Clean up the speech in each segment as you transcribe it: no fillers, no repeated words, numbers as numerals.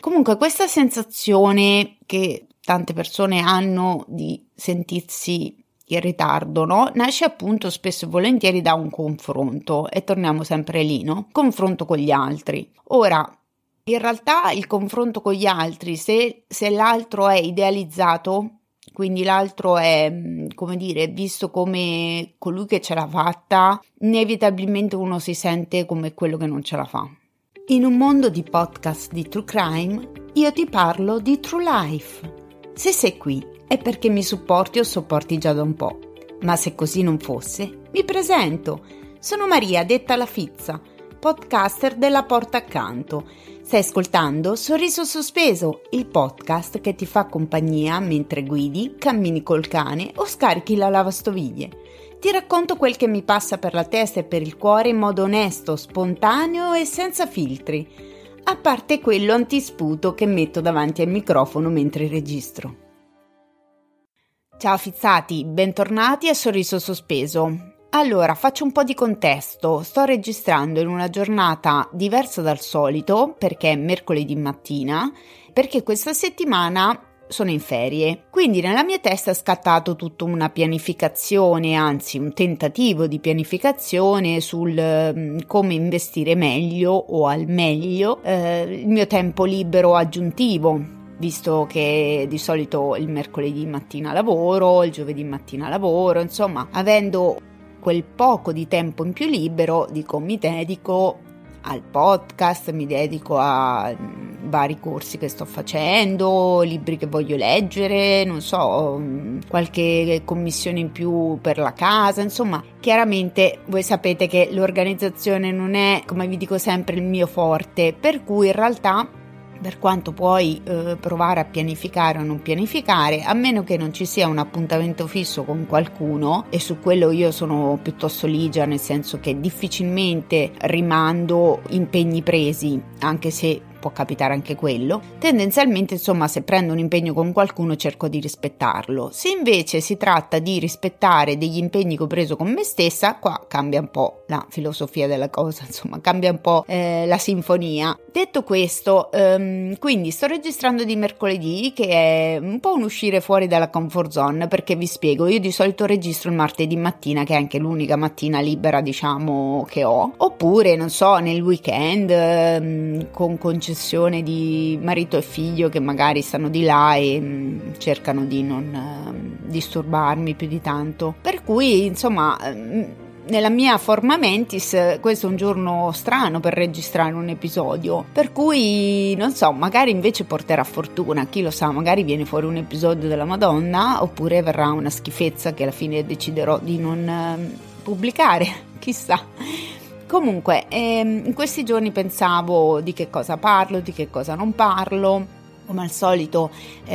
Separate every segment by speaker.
Speaker 1: Comunque questa sensazione che tante persone hanno di sentirsi in ritardo, no? Nasce appunto spesso e volentieri da un confronto, e torniamo sempre lì, no? Confronto con gli altri. Ora, in realtà il confronto con gli altri, se l'altro è idealizzato, quindi l'altro è, come dire, visto come colui che ce l'ha fatta, inevitabilmente uno si sente come quello che non ce la fa. In un mondo di podcast di True Crime, io ti parlo di True Life. Se sei qui è perché mi supporti o sopporti già da un po'. Ma se così non fosse, mi presento. Sono Maria, detta la Fizza, podcaster della Porta Accanto. Stai ascoltando Sorriso Sospeso, il podcast che ti fa compagnia mentre guidi, cammini col cane o scarichi la lavastoviglie. Ti racconto quel che mi passa per la testa e per il cuore in modo onesto, spontaneo e senza filtri, a parte quello antisputo che metto davanti al microfono mentre registro. Ciao fizzati, bentornati a Sorriso Sospeso. Allora, faccio un po' di contesto. Sto registrando in una giornata diversa dal solito, perché è mercoledì mattina, perché questa settimana sono in ferie, quindi nella mia testa è scattato tutta una pianificazione, anzi un tentativo di pianificazione sul come investire meglio o al meglio il mio tempo libero aggiuntivo, visto che di solito il mercoledì mattina lavoro, il giovedì mattina lavoro, insomma, avendo quel poco di tempo in più libero, dico, mi dedico al podcast, mi dedico a vari corsi che sto facendo, libri che voglio leggere, non so, qualche commissione in più per la casa, insomma, chiaramente voi sapete che l'organizzazione non è, come vi dico sempre, il mio forte, per cui in realtà, per quanto puoi provare a pianificare o non pianificare, a meno che non ci sia un appuntamento fisso con qualcuno, e su quello io sono piuttosto ligia, nel senso che difficilmente rimando impegni presi, anche se può capitare anche quello. Tendenzialmente, insomma, se prendo un impegno con qualcuno cerco di rispettarlo. Se invece si tratta di rispettare degli impegni che ho preso con me stessa, qua cambia un po' la filosofia della cosa, insomma, cambia un po' la sinfonia. Detto questo, quindi sto registrando di mercoledì, che è un po' un uscire fuori dalla comfort zone, perché vi spiego, io di solito registro il martedì mattina, che è anche l'unica mattina libera, diciamo, che ho, oppure, non so, nel weekend, con concessione di marito e figlio che magari stanno di là e cercano di non disturbarmi più di tanto, per cui, insomma, nella mia forma mentis questo è un giorno strano per registrare un episodio, per cui non so, magari invece porterà fortuna, chi lo sa, magari viene fuori un episodio della Madonna, oppure verrà una schifezza che alla fine deciderò di non pubblicare, chissà. Comunque, in questi giorni pensavo di che cosa parlo, di che cosa non parlo. Come al solito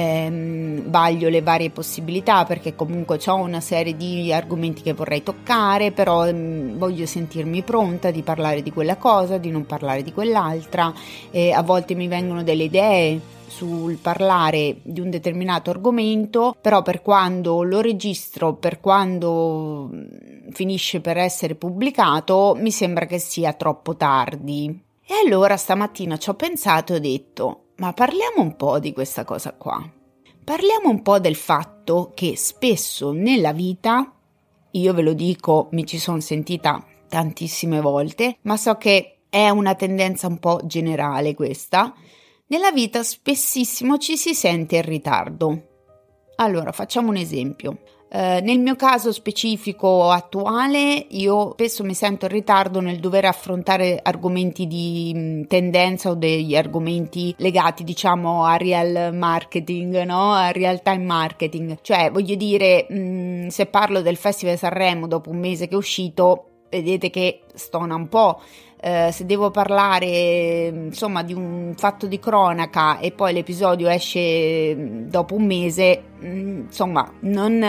Speaker 1: vaglio le varie possibilità, perché comunque ho una serie di argomenti che vorrei toccare, però voglio sentirmi pronta di parlare di quella cosa, di non parlare di quell'altra. A volte mi vengono delle idee sul parlare di un determinato argomento, però per quando lo registro, per quando finisce per essere pubblicato, mi sembra che sia troppo tardi. E allora stamattina ci ho pensato e ho detto: ma parliamo un po' di questa cosa qua. Parliamo un po' del fatto che spesso nella vita, io ve lo dico, mi ci sono sentita tantissime volte, ma so che è una tendenza un po' generale questa, nella vita spessissimo ci si sente in ritardo. Allora, facciamo un esempio. Nel mio caso specifico attuale, io spesso mi sento in ritardo nel dover affrontare argomenti di tendenza o degli argomenti legati, diciamo, a real marketing, no? A real time marketing. Cioè, voglio dire, se parlo del Festival Sanremo dopo un mese che è uscito, vedete che stona un po'. Se devo parlare, insomma, di un fatto di cronaca e poi l'episodio esce dopo un mese, insomma, non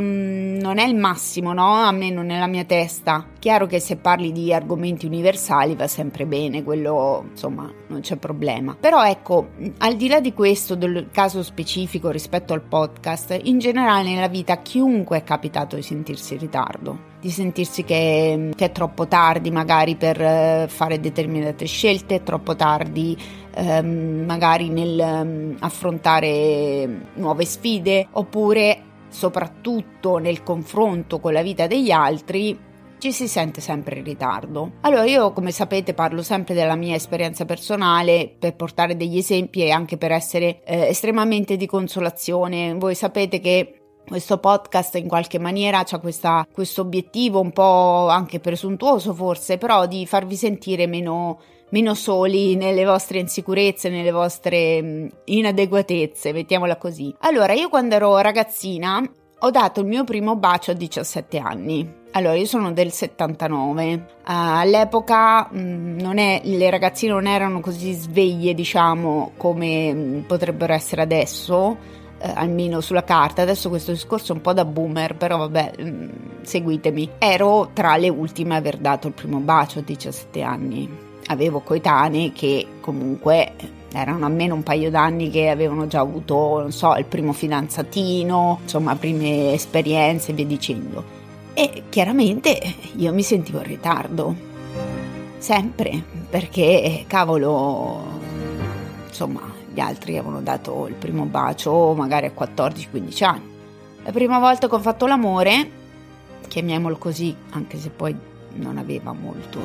Speaker 1: è il massimo, no? Almeno nella mia testa. Chiaro che se parli di argomenti universali va sempre bene, quello, insomma, non c'è problema. Però ecco, al di là di questo, del caso specifico rispetto al podcast, in generale nella vita chiunque è capitato di sentirsi in ritardo, di sentirsi che è troppo tardi magari per fare determinate scelte, è troppo tardi magari nel affrontare nuove sfide, oppure soprattutto nel confronto con la vita degli altri ci si sente sempre in ritardo. Allora io, come sapete, parlo sempre della mia esperienza personale per portare degli esempi e anche per essere estremamente di consolazione. Voi sapete che questo podcast in qualche maniera ha questo obiettivo un po' anche presuntuoso forse, però di farvi sentire meno soli nelle vostre insicurezze, nelle vostre inadeguatezze, mettiamola così. Allora, io quando ero ragazzina ho dato il mio primo bacio a 17 anni. Allora, io sono del 79. All'epoca le ragazzine non erano così sveglie, diciamo, come potrebbero essere adesso, almeno sulla carta. Adesso questo discorso è un po' da boomer, però vabbè, seguitemi. Ero tra le ultime a aver dato il primo bacio a 17 anni. Avevo coetanei che comunque erano almeno un paio d'anni che avevano già avuto, non so, il primo fidanzatino, insomma, prime esperienze e via dicendo. E chiaramente io mi sentivo in ritardo, sempre, perché cavolo, insomma, gli altri avevano dato il primo bacio magari a 14-15 anni. La prima volta che ho fatto l'amore, chiamiamolo così, anche se poi non aveva molto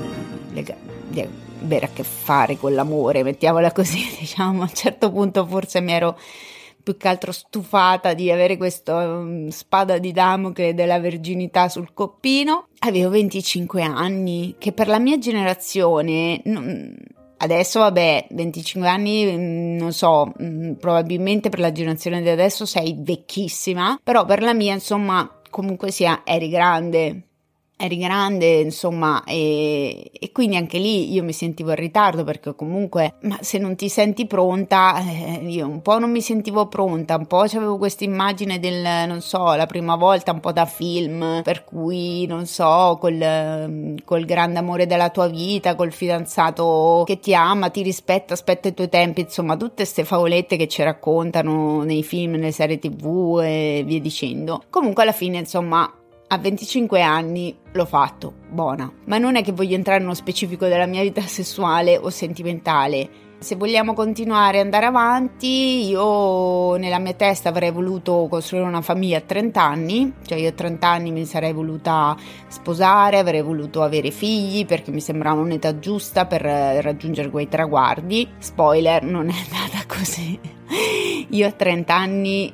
Speaker 1: di avere a che fare con l'amore, mettiamola così, diciamo, a un certo punto forse mi ero più che altro stufata di avere questa spada di Damocle della verginità sul coppino. Avevo 25 anni, che per la mia generazione, adesso vabbè, 25 anni, non so, probabilmente per la generazione di adesso sei vecchissima, però per la mia, insomma, comunque sia, eri grande, insomma, e quindi anche lì io mi sentivo in ritardo, perché comunque, ma se non ti senti pronta, io un po' non mi sentivo pronta, un po' avevo questa immagine del, non so, la prima volta un po' da film, per cui, non so, col grande amore della tua vita, col fidanzato che ti ama, ti rispetta, aspetta i tuoi tempi, insomma, tutte queste favolette che ci raccontano nei film, nelle serie TV e via dicendo. Comunque alla fine, insomma, a 25 anni l'ho fatto, buona. Ma non è che voglio entrare nello specifico della mia vita sessuale o sentimentale. Se vogliamo continuare ad andare avanti, io nella mia testa avrei voluto costruire una famiglia a 30 anni, cioè io a 30 anni mi sarei voluta sposare, avrei voluto avere figli, perché mi sembrava un'età giusta per raggiungere quei traguardi. Spoiler, non è andata così. Io a 30 anni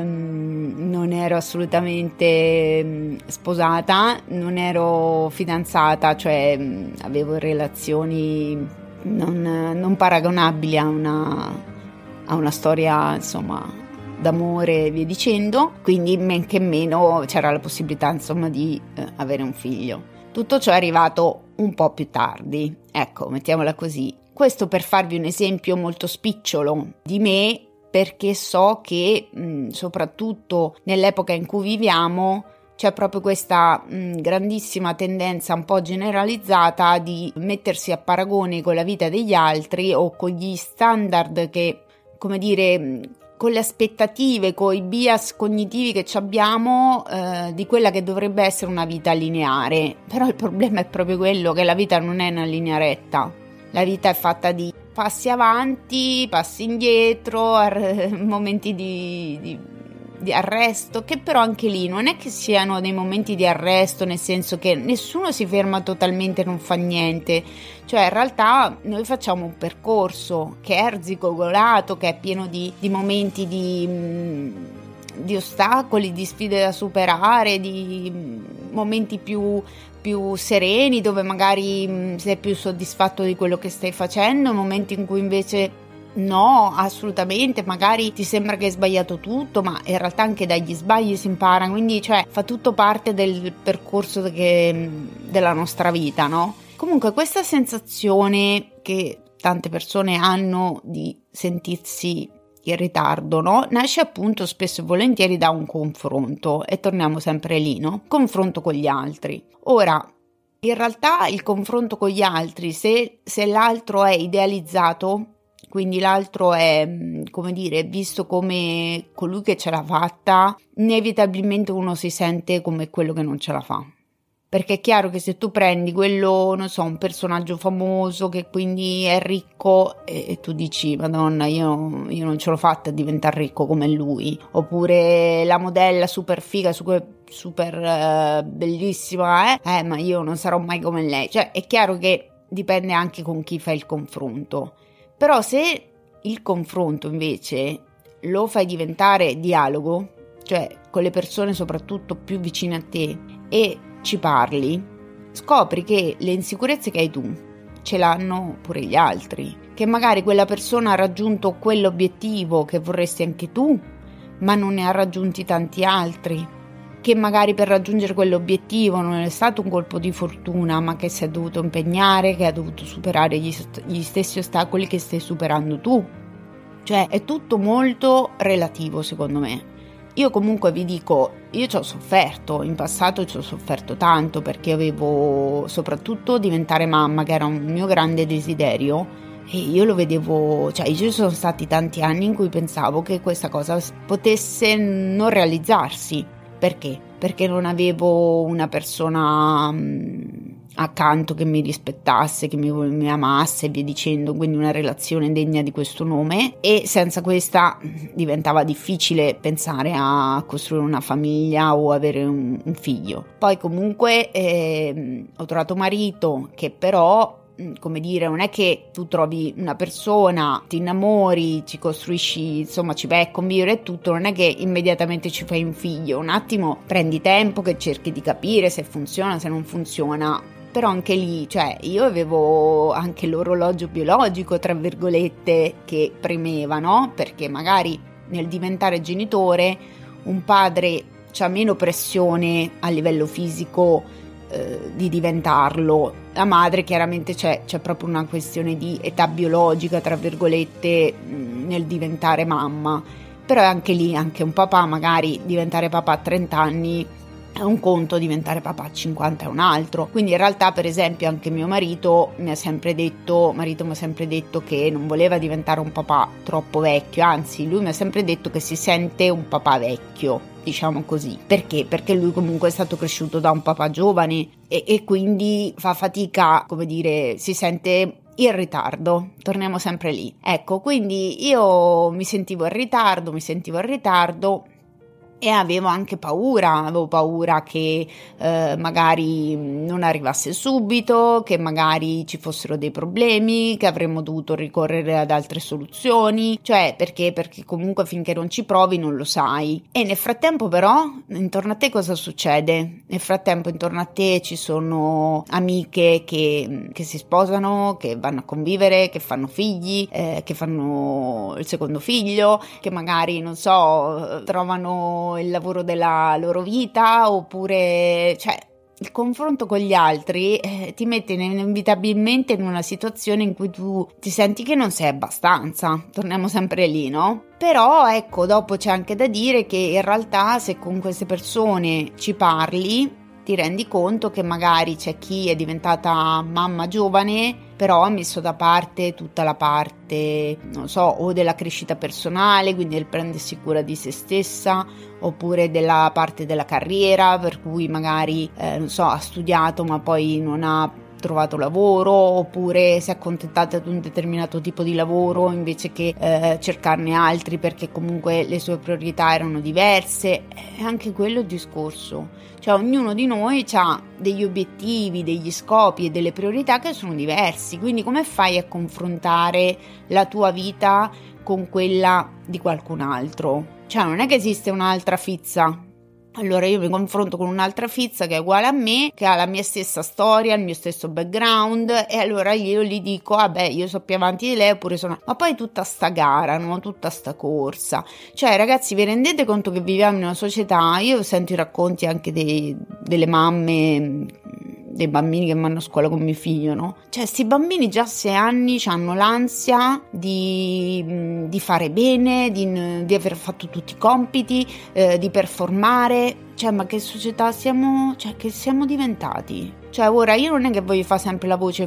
Speaker 1: non ero assolutamente sposata, non ero fidanzata, cioè avevo relazioni non paragonabili a una storia, insomma, d'amore e via dicendo, quindi men che meno c'era la possibilità, insomma, di avere un figlio. Tutto ciò è arrivato un po' più tardi, ecco, mettiamola così. Questo per farvi un esempio molto spicciolo di me, perché so che soprattutto nell'epoca in cui viviamo c'è proprio questa grandissima tendenza un po' generalizzata di mettersi a paragone con la vita degli altri o con gli standard che, come dire, con le aspettative, con i bias cognitivi che abbiamo di quella che dovrebbe essere una vita lineare. Però il problema è proprio quello, che la vita non è una linea retta. La vita è fatta di passi avanti, passi indietro, momenti di arresto, che però anche lì non è che siano dei momenti di arresto, nel senso che nessuno si ferma totalmente e non fa niente, cioè in realtà noi facciamo un percorso che è arzigogolato, che è pieno di momenti di ostacoli, di sfide da superare, di momenti più sereni, dove magari sei più soddisfatto di quello che stai facendo, momenti in cui invece no, assolutamente, magari ti sembra che hai sbagliato tutto, ma in realtà anche dagli sbagli si impara, quindi cioè fa tutto parte del percorso della nostra vita, no? Comunque questa sensazione che tante persone hanno di sentirsi in ritardo, no? Nasce appunto spesso e volentieri da un confronto, e torniamo sempre lì, no? Confronto con gli altri. Ora, in realtà il confronto con gli altri, se l'altro è idealizzato, quindi l'altro è, come dire, visto come colui che ce l'ha fatta, inevitabilmente uno si sente come quello che non ce la fa. perché è chiaro che se tu prendi quello, non so, un personaggio famoso che quindi è ricco e tu dici Madonna, io non ce l'ho fatta a diventare ricco come lui, oppure la modella super figa, super bellissima, ma io non sarò mai come lei. Cioè è chiaro che dipende anche con chi fai il confronto, però se il confronto invece lo fai diventare dialogo, cioè con le persone soprattutto più vicine a te, e ci parli, scopri che le insicurezze che hai tu ce l'hanno pure gli altri, che magari quella persona ha raggiunto quell'obiettivo che vorresti anche tu, ma non ne ha raggiunti tanti altri, che magari per raggiungere quell'obiettivo non è stato un colpo di fortuna, ma che si è dovuto impegnare, che ha dovuto superare gli stessi ostacoli che stai superando tu. Cioè è tutto molto relativo, secondo me. Io comunque vi dico, io ci ho sofferto, in passato ci ho sofferto tanto, perché avevo soprattutto diventare mamma, che era un mio grande desiderio, e io lo vedevo, cioè ci sono stati tanti anni in cui pensavo che questa cosa potesse non realizzarsi. Perché? Perché non avevo una persona accanto che mi rispettasse, che mi amasse e via dicendo, quindi una relazione degna di questo nome, e senza questa diventava difficile pensare a costruire una famiglia o avere un figlio. Poi comunque ho trovato marito che però, come dire, non è che tu trovi una persona, ti innamori, ci costruisci, insomma ci vai a convivere e tutto, non è che immediatamente ci fai un figlio, un attimo prendi tempo che cerchi di capire se funziona, se non funziona. Però anche lì, cioè io avevo anche l'orologio biologico, tra virgolette, che premeva, no? Perché magari nel diventare genitore un padre c'ha meno pressione a livello fisico di diventarlo. La madre chiaramente c'è proprio una questione di età biologica, tra virgolette, nel diventare mamma. Però anche lì, anche un papà, magari diventare papà a 30 anni è un conto, diventare papà a 50 è un altro. Quindi in realtà, per esempio, anche mio marito mi ha sempre detto che non voleva diventare un papà troppo vecchio, anzi lui mi ha sempre detto che si sente un papà vecchio, diciamo così. Perché? Perché lui comunque è stato cresciuto da un papà giovane e quindi fa fatica, come dire, si sente in ritardo, torniamo sempre lì. Ecco, quindi io mi sentivo in ritardo e avevo anche paura che magari non arrivasse subito, che magari ci fossero dei problemi, che avremmo dovuto ricorrere ad altre soluzioni, cioè perché comunque finché non ci provi non lo sai. E nel frattempo però intorno a te cosa succede? Nel frattempo intorno a te ci sono amiche che si sposano, che vanno a convivere, che fanno figli, che fanno il secondo figlio, che magari, non so, trovano il lavoro della loro vita, oppure, cioè, il confronto con gli altri ti mette inevitabilmente in una situazione in cui tu ti senti che non sei abbastanza. Torniamo sempre lì, no? Però ecco, dopo c'è anche da dire che in realtà se con queste persone ci parli, ti rendi conto che magari c'è chi è diventata mamma giovane, però ha messo da parte tutta la parte, non so, o della crescita personale, quindi del prendersi cura di se stessa, oppure della parte della carriera, per cui magari, non so, ha studiato ma poi non ha trovato lavoro, oppure si è accontentata di un determinato tipo di lavoro invece che cercarne altri perché comunque le sue priorità erano diverse. È anche quello il discorso. Cioè ognuno di noi ha degli obiettivi, degli scopi e delle priorità che sono diversi, quindi come fai a confrontare la tua vita con quella di qualcun altro? Cioè non è che esiste un'altra Fizza. Allora io mi confronto con un'altra Fizza che è uguale a me, che ha la mia stessa storia, il mio stesso background, e allora io gli dico, vabbè, io so più avanti di lei, oppure sono... Ma poi tutta sta gara, no? Tutta sta corsa. Cioè ragazzi, vi rendete conto che viviamo in una società, io sento i racconti anche delle mamme, dei bambini che vanno a scuola con mio figlio, no? Cioè sti bambini già a 6 anni hanno l'ansia di fare bene, di aver fatto tutti i compiti, di performare. Cioè ma che società siamo, cioè che siamo diventati? Cioè ora io non è che voglio fare sempre la voce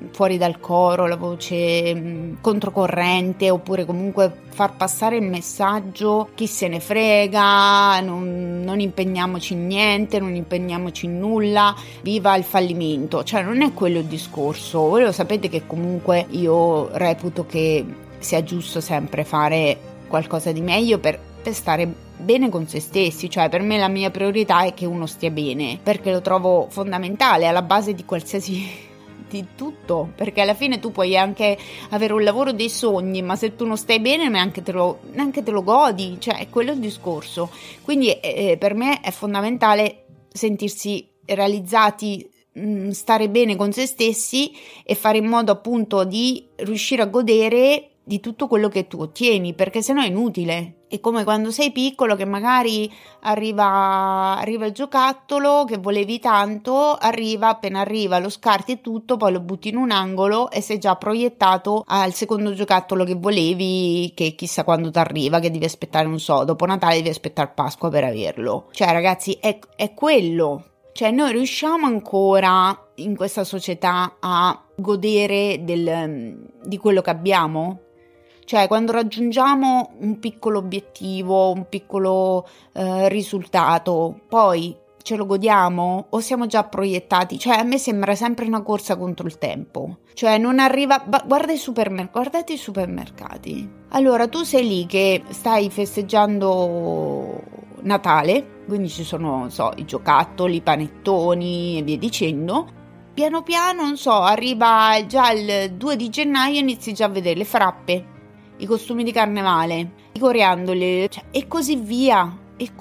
Speaker 1: fuori dal coro, la voce controcorrente, oppure comunque far passare il messaggio chi se ne frega, non impegniamoci in niente, non impegniamoci in nulla, viva il fallimento. Cioè non è quello il discorso. Voi lo sapete che comunque io reputo che sia giusto sempre fare qualcosa di meglio per stare bene con se stessi. Cioè per me la mia priorità è che uno stia bene, perché lo trovo fondamentale, alla base di qualsiasi di tutto, perché alla fine tu puoi anche avere un lavoro dei sogni, ma se tu non stai bene neanche te lo godi. Cioè è quello il discorso. Quindi per me è fondamentale sentirsi realizzati, stare bene con se stessi e fare in modo appunto di riuscire a godere di tutto quello che tu ottieni, perché sennò è inutile. È come quando sei piccolo che magari arriva il giocattolo che volevi tanto, appena arriva lo scarti e tutto, poi lo butti in un angolo e sei già proiettato al secondo giocattolo che volevi, che chissà quando ti arriva, che devi aspettare, non so, dopo Natale devi aspettare Pasqua per averlo. Cioè ragazzi, è quello. Cioè noi riusciamo ancora in questa società a godere di quello che abbiamo? Cioè quando raggiungiamo un piccolo obiettivo, un piccolo risultato, poi ce lo godiamo o siamo già proiettati? Cioè a me sembra sempre una corsa contro il tempo. Cioè non arriva, guardate i supermercati. Allora tu sei lì che stai festeggiando Natale, quindi ci sono, non so, i giocattoli, i panettoni e via dicendo. Piano piano, non so, arriva già il 2 di gennaio e inizi già a vedere le frappe, i costumi di carnevale, i coriandoli, cioè, e così via.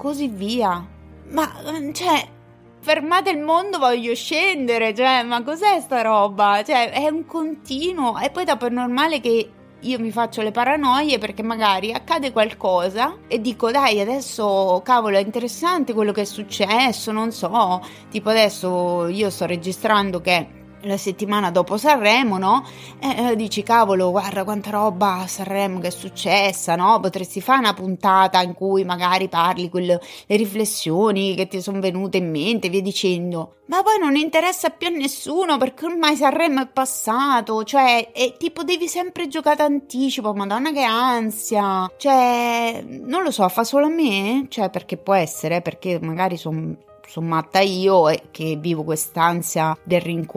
Speaker 1: Ma, cioè, fermate il mondo, voglio scendere, cioè, ma cos'è sta roba? Cioè, è un continuo, e poi dopo è normale che io mi faccio le paranoie perché magari accade qualcosa e dico dai adesso cavolo è interessante quello che è successo, non so, tipo adesso io sto registrando che la settimana dopo Sanremo, no? Dici cavolo guarda quanta roba a Sanremo che è successa, no? Potresti fare una puntata in cui magari parli le riflessioni che ti sono venute in mente, via dicendo, ma poi non interessa più a nessuno perché ormai Sanremo è passato, cioè è tipo devi sempre giocare d'anticipo, madonna che ansia, cioè non lo so, fa solo a me? Cioè perché può essere, perché magari sono matta io e che vivo quest'ansia del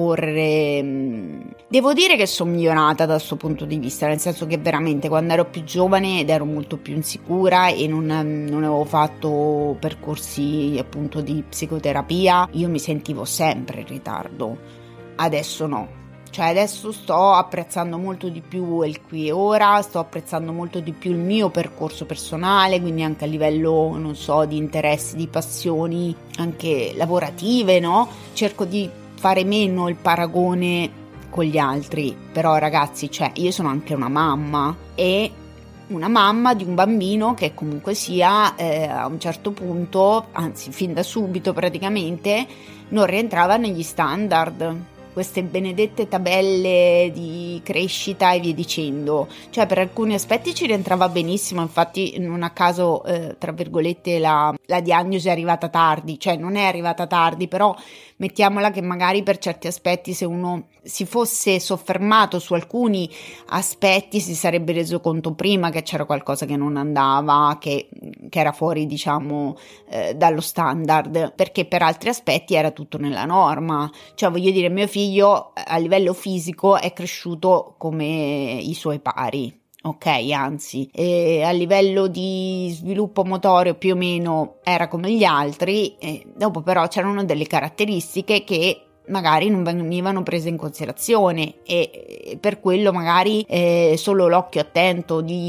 Speaker 1: rincorrere. Devo dire che sono migliorata da questo punto di vista, nel senso che veramente quando ero più giovane ed ero molto più insicura e non avevo fatto percorsi appunto di psicoterapia, io mi sentivo sempre in ritardo. Adesso no. Cioè adesso sto apprezzando molto di più il qui e ora, sto apprezzando molto di più il mio percorso personale, quindi anche a livello, non so, di interessi, di passioni, anche lavorative, no? Cerco di fare meno il paragone con gli altri, però ragazzi, cioè io sono anche una mamma e una mamma di un bambino che comunque sia a un certo punto, anzi fin da subito praticamente, non rientrava negli standard. Queste benedette tabelle di crescita e via dicendo, cioè per alcuni aspetti ci rientrava benissimo, infatti non a caso tra virgolette la diagnosi è arrivata tardi, cioè non è arrivata tardi, però mettiamola che magari per certi aspetti se uno si fosse soffermato su alcuni aspetti si sarebbe reso conto prima che c'era qualcosa che non andava, che era fuori diciamo dallo standard, perché per altri aspetti era tutto nella norma. Cioè voglio dire, mio figlio a livello fisico è cresciuto come i suoi pari, ok, anzi a livello di sviluppo motorio più o meno era come gli altri, dopo però c'erano delle caratteristiche che magari non venivano prese in considerazione e per quello magari solo l'occhio attento di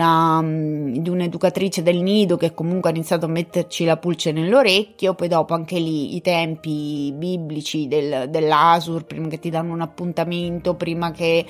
Speaker 1: un'educatrice del nido che comunque ha iniziato a metterci la pulce nell'orecchio, poi dopo anche lì i tempi biblici dell'ASUR, prima che ti danno un appuntamento, prima che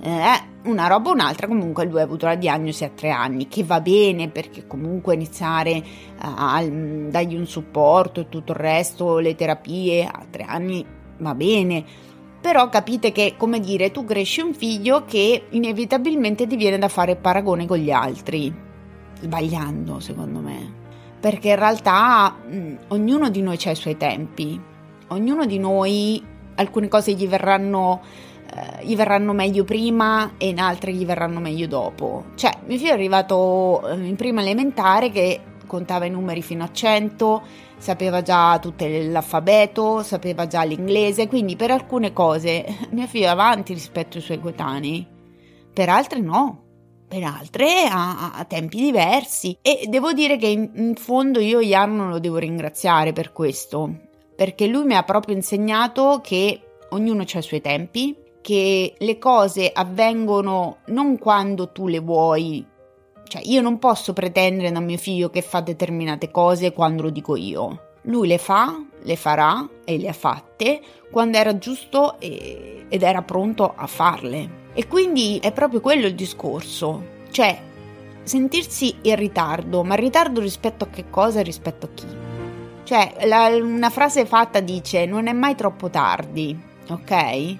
Speaker 1: una roba o un'altra, comunque lui ha avuto la diagnosi a 3 anni, che va bene perché comunque iniziare a dargli un supporto e tutto il resto, le terapie a 3 anni va bene, però capite che, come dire, tu cresci un figlio che inevitabilmente ti viene da fare paragone con gli altri, sbagliando secondo me, perché in realtà ognuno di noi ha i suoi tempi, ognuno di noi alcune cose gli verranno gli verranno meglio prima e in altre gli verranno meglio dopo. Cioè, mio figlio è arrivato in prima elementare che contava i numeri fino a 100, sapeva già tutto l'alfabeto, sapeva già l'inglese, quindi per alcune cose mio figlio è avanti rispetto ai suoi coetanei, per altre no. Per altre a tempi diversi, e devo dire che in fondo io Jarno lo devo ringraziare per questo, perché lui mi ha proprio insegnato che ognuno ha i suoi tempi, che le cose avvengono non quando tu le vuoi, cioè io non posso pretendere da mio figlio che fa determinate cose quando lo dico io. Lui le fa, le farà e le ha fatte quando era giusto ed era pronto a farle. E quindi è proprio quello il discorso, cioè sentirsi in ritardo, ma in ritardo rispetto a che cosa e rispetto a chi? Cioè una frase fatta dice non è mai troppo tardi, ok?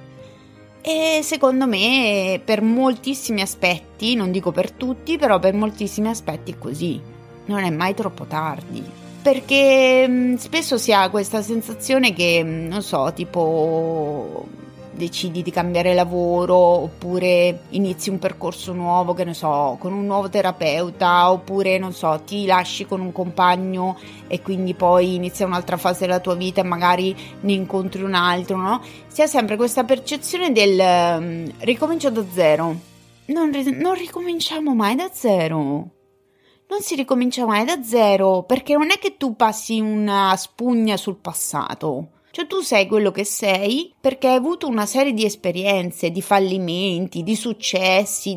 Speaker 1: E secondo me per moltissimi aspetti, non dico per tutti, però per moltissimi aspetti è così, non è mai troppo tardi. Perché spesso si ha questa sensazione che, non so, tipo decidi di cambiare lavoro oppure inizi un percorso nuovo, che ne so, con un nuovo terapeuta, oppure, non so, ti lasci con un compagno e quindi poi inizia un'altra fase della tua vita e magari ne incontri un altro, no? Si ha sempre questa percezione del ricomincio da zero. Non ricominciamo mai da zero. Non si ricomincia mai da zero, perché non è che tu passi una spugna sul passato. Cioè tu sei quello che sei perché hai avuto una serie di esperienze, di fallimenti, di successi,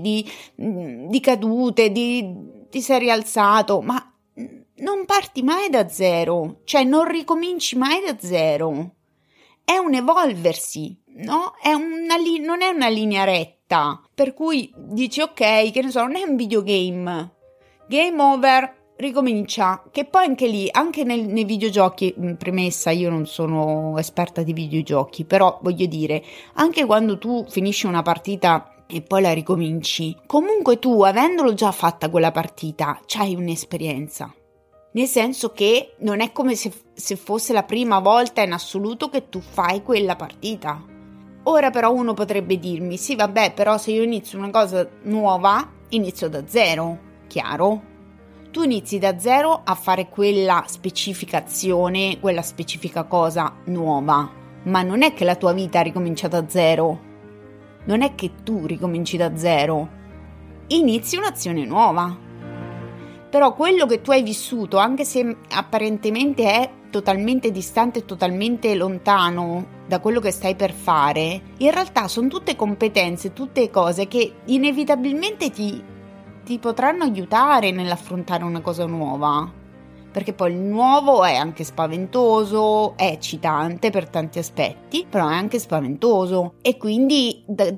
Speaker 1: di cadute, ti sei rialzato, ma non parti mai da zero, cioè non ricominci mai da zero. È un evolversi, no? Non è una linea retta, per cui dici ok, che ne so, non è un videogame. Game over, ricomincia, che poi anche lì, anche nei videogiochi, premessa, io non sono esperta di videogiochi, però voglio dire, anche quando tu finisci una partita e poi la ricominci, comunque tu, avendolo già fatta quella partita, c'hai un'esperienza. Nel senso che non è come se fosse la prima volta in assoluto che tu fai quella partita. Ora però uno potrebbe dirmi, sì vabbè, però se io inizio una cosa nuova, inizio da zero. Chiaro? Tu inizi da zero a fare quella specificazione, quella specifica cosa nuova, ma non è che la tua vita ricomincia da zero, non è che tu ricominci da zero, inizi un'azione nuova. Però quello che tu hai vissuto, anche se apparentemente è totalmente distante, totalmente lontano da quello che stai per fare, in realtà sono tutte competenze, tutte cose che inevitabilmente ti potranno aiutare nell'affrontare una cosa nuova, perché poi il nuovo è anche spaventoso, è eccitante per tanti aspetti, però è anche spaventoso. E quindi da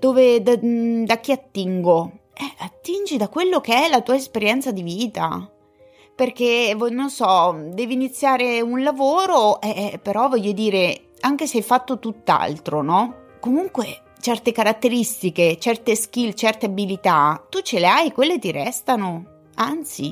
Speaker 1: chi attingo? Attingi da quello che è la tua esperienza di vita, perché non so, devi iniziare un lavoro, però voglio dire, anche se hai fatto tutt'altro, no? Comunque certe caratteristiche, certe skill, certe abilità, tu ce le hai, quelle ti restano. Anzi,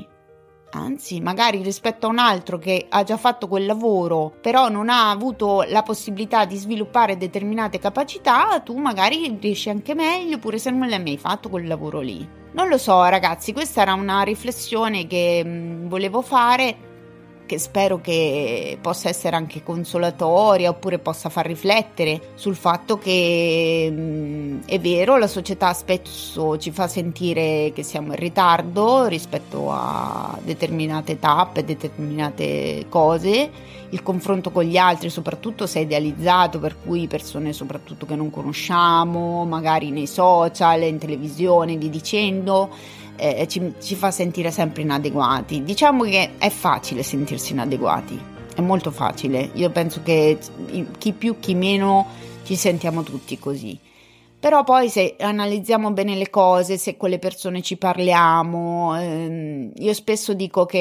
Speaker 1: magari rispetto a un altro che ha già fatto quel lavoro, però non ha avuto la possibilità di sviluppare determinate capacità, tu magari riesci anche meglio, pure se non l'hai mai fatto quel lavoro lì. Non lo so, ragazzi, questa era una riflessione che volevo fare, che spero che possa essere anche consolatoria oppure possa far riflettere sul fatto che è vero, la società spesso ci fa sentire che siamo in ritardo rispetto a determinate tappe, determinate cose, il confronto con gli altri soprattutto se è idealizzato, per cui persone soprattutto che non conosciamo, magari nei social, in televisione, via dicendo, ci fa sentire sempre inadeguati. Diciamo che è facile sentirsi inadeguati, è molto facile, io penso che chi più chi meno ci sentiamo tutti così, però poi se analizziamo bene le cose, se con le persone ci parliamo, io spesso dico che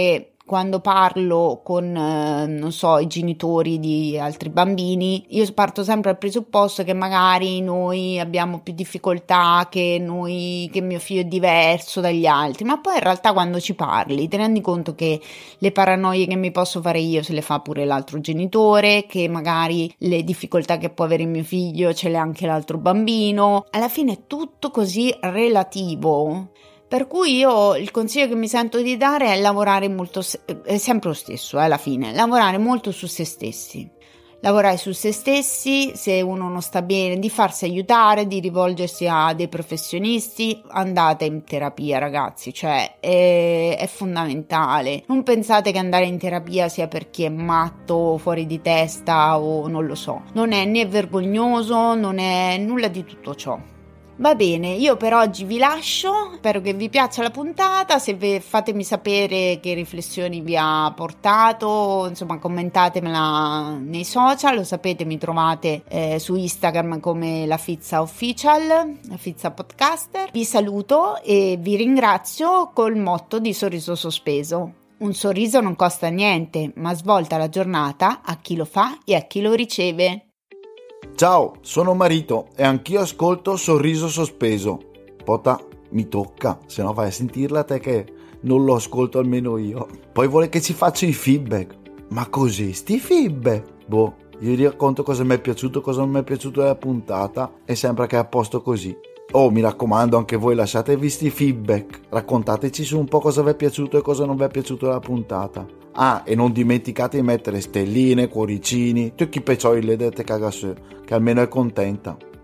Speaker 1: quando parlo con, non so, i genitori di altri bambini, io parto sempre dal presupposto che magari noi abbiamo più difficoltà, che mio figlio è diverso dagli altri, ma poi in realtà quando ci parli ti rendi conto che le paranoie che mi posso fare io se le fa pure l'altro genitore, che magari le difficoltà che può avere mio figlio ce le ha anche l'altro bambino. Alla fine è tutto così relativo. Per cui io il consiglio che mi sento di dare è lavorare molto, è sempre lo stesso, alla fine, lavorare molto su se stessi. Lavorare su se stessi, se uno non sta bene, di farsi aiutare, di rivolgersi a dei professionisti. Andate in terapia, ragazzi, cioè è fondamentale. Non pensate che andare in terapia sia per chi è matto, fuori di testa o non lo so. Non è né vergognoso, non è nulla di tutto ciò. Va bene, io per oggi vi lascio, spero che vi piaccia la puntata, fatemi sapere che riflessioni vi ha portato, insomma commentatemela nei social, lo sapete, mi trovate su Instagram come La Fizza Official, La Fizza Podcaster. Vi saluto e vi ringrazio col motto di Sorriso Sospeso. Un sorriso non costa niente, ma svolta la giornata a chi lo fa e a chi lo riceve.
Speaker 2: Ciao, sono Marito e anch'io ascolto Sorriso Sospeso. Pota, mi tocca, se no vai a sentirla te che non lo ascolto almeno io. Poi vuole che ci faccia i feedback. Ma così, sti feedback? Boh, io gli racconto cosa mi è piaciuto, cosa non mi è piaciuto della puntata e sembra che è a posto così. Oh, mi raccomando, anche voi lasciatevi sti feedback. Raccontateci su un po' cosa vi è piaciuto e cosa non vi è piaciuto della puntata. Ah, e non dimenticate di mettere stelline, cuoricini, tutti i peccioli le dette cagasù, che almeno è contenta.